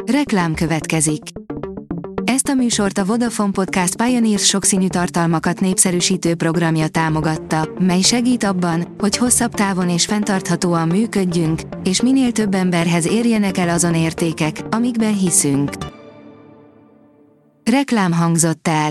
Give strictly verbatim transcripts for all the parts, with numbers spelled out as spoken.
Reklám következik. Ezt a műsort a Vodafone Podcast Pioneers sokszínű tartalmakat népszerűsítő programja támogatta, mely segít abban, hogy hosszabb távon és fenntarthatóan működjünk, és minél több emberhez érjenek el azon értékek, amikben hiszünk. Reklám hangzott el.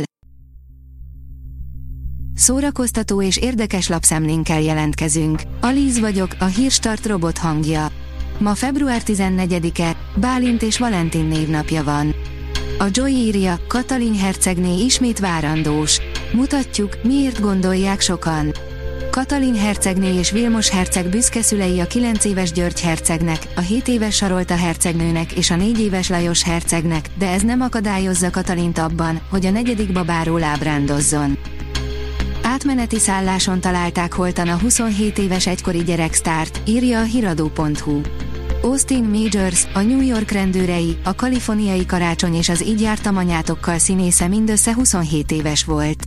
Szórakoztató és érdekes lapszemlénkkel jelentkezünk. Alíz vagyok, a Hírstart robot hangja. Ma február tizennegyedike, Bálint és Valentin névnapja van. A Joy írja, Katalin hercegné ismét várandós. Mutatjuk, miért gondolják sokan. Katalin hercegné és Vilmos herceg büszke szülei a kilenc éves György hercegnek, a hét éves Sarolta hercegnőnek és a négy éves Lajos hercegnek, de ez nem akadályozza Katalint abban, hogy a negyedik babáról ábrándozzon. Átmeneti szálláson találták holtan a huszonhét éves egykori gyereksztárt, írja a hiradó pont hu. Austin Majors, a New York rendőrei, a kaliforniai Karácsony és az Így jártam anyátokkal színésze mindössze huszonhét éves volt.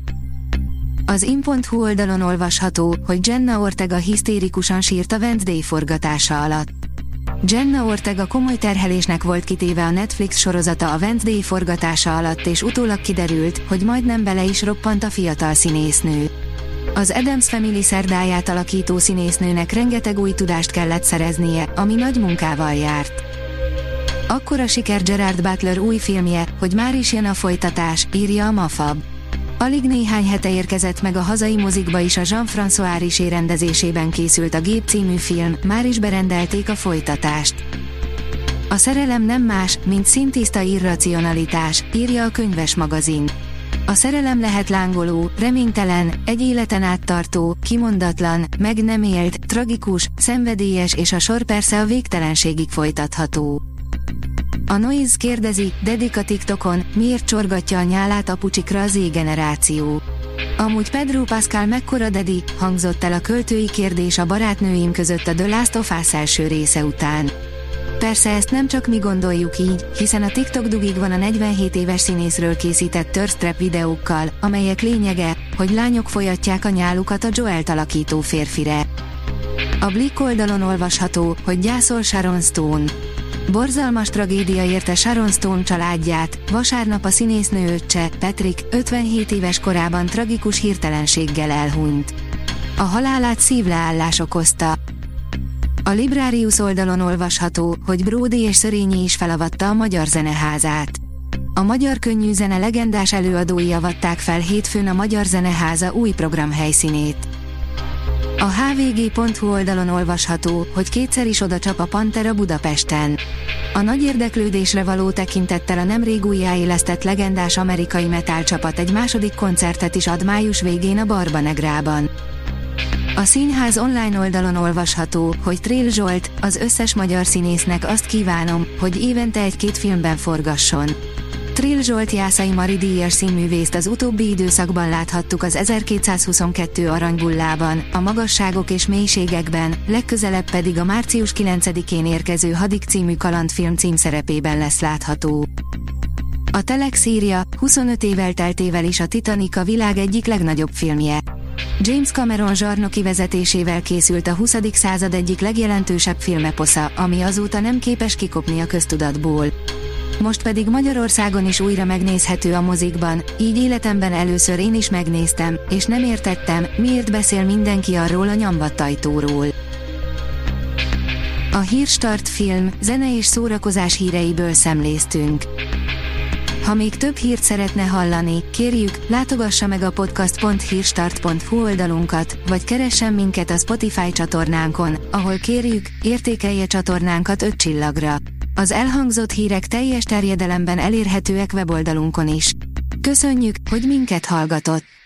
Az in pont hu oldalon olvasható, hogy Jenna Ortega hisztérikusan sírt a Wednesday forgatása alatt. Jenna Ortega komoly terhelésnek volt kitéve a Netflix sorozata a Wednesday forgatása alatt, és utólag kiderült, hogy majdnem bele is roppant a fiatal színésznő. Az Addams Family szerdáját alakító színésznőnek rengeteg új tudást kellett szereznie, ami nagy munkával járt. Akkora siker Gerard Butler új filmje, hogy már is jön a folytatás, írja a Mafab. Alig néhány hete érkezett meg a hazai mozikba is a Jean-François Richet rendezésében készült a Gép című film, már is berendelték a folytatást. A szerelem nem más, mint szintiszta irracionalitás, írja a Könyves magazin. A szerelem lehet lángoló, reménytelen, egy életen át tartó, kimondatlan, meg nem élt, tragikus, szenvedélyes, és a sor persze a végtelenségig folytatható. A Noise kérdezi, Dedik a TikTokon, miért csorgatja a nyálát apucsikra a Z-generáció. Amúgy Pedro Pascal mekkora dedi, hangzott el a költői kérdés a barátnőim között a The Last of Us első része után. Persze ezt nem csak mi gondoljuk így, hiszen a TikTok dugig van a negyvenhét éves színészről készített thirst-trap videókkal, amelyek lényege, hogy lányok folyatják a nyálukat a Joelt alakító férfire. A Blick oldalon olvasható, hogy gyászol Sharon Stone. Borzalmas tragédia érte Sharon Stone családját, vasárnap a színésznő öccse, Patrick, ötvenhét éves korában tragikus hirtelenséggel elhunyt. A halálát szívleállás okozta. A Librarius oldalon olvasható, hogy Bródi és Szörényi is felavatta a Magyar Zeneházát. A magyar könnyűzene legendás előadói avatták fel hétfőn a Magyar Zeneháza új programhelyszínét. A há vé gé pont hu oldalon olvasható, hogy kétszer is odacsap a Pantera Budapesten. A nagy érdeklődésre való tekintettel a nemrég újjáélesztett legendás amerikai metal csapat egy második koncertet is ad május végén a Barbanegrában. A színház online oldalon olvasható, hogy Trél Zsolt, az összes magyar színésznek azt kívánom, hogy évente egy-két filmben forgasson. Trél Zsolt Jászai Mari díjas színművészt az utóbbi időszakban láthattuk az ezerkétszázhuszonkettő Aranybullában, a Magasságok és mélységekben, legközelebb pedig a március kilencedikén érkező Hadik című kalandfilm címszerepében lesz látható. A Telex írja, huszonöt év elteltével is a Titanic a világ egyik legnagyobb filmje. James Cameron zsarnoki vezetésével készült a huszadik század egyik legjelentősebb filmeposza, ami azóta nem képes kikopni a köztudatból. Most pedig Magyarországon is újra megnézhető a mozikban, így életemben először én is megnéztem, és nem értettem, miért beszél mindenki arról a nyomvattajtóról. A Hírstart film, zene és szórakozás híreiből szemléztünk. Ha még több hírt szeretne hallani, kérjük, látogassa meg a podcast pont hírstart pont hu oldalunkat, vagy keressen minket a Spotify csatornánkon, ahol kérjük, értékelje csatornánkat öt csillagra. Az elhangzott hírek teljes terjedelemben elérhetőek weboldalunkon is. Köszönjük, hogy minket hallgatott!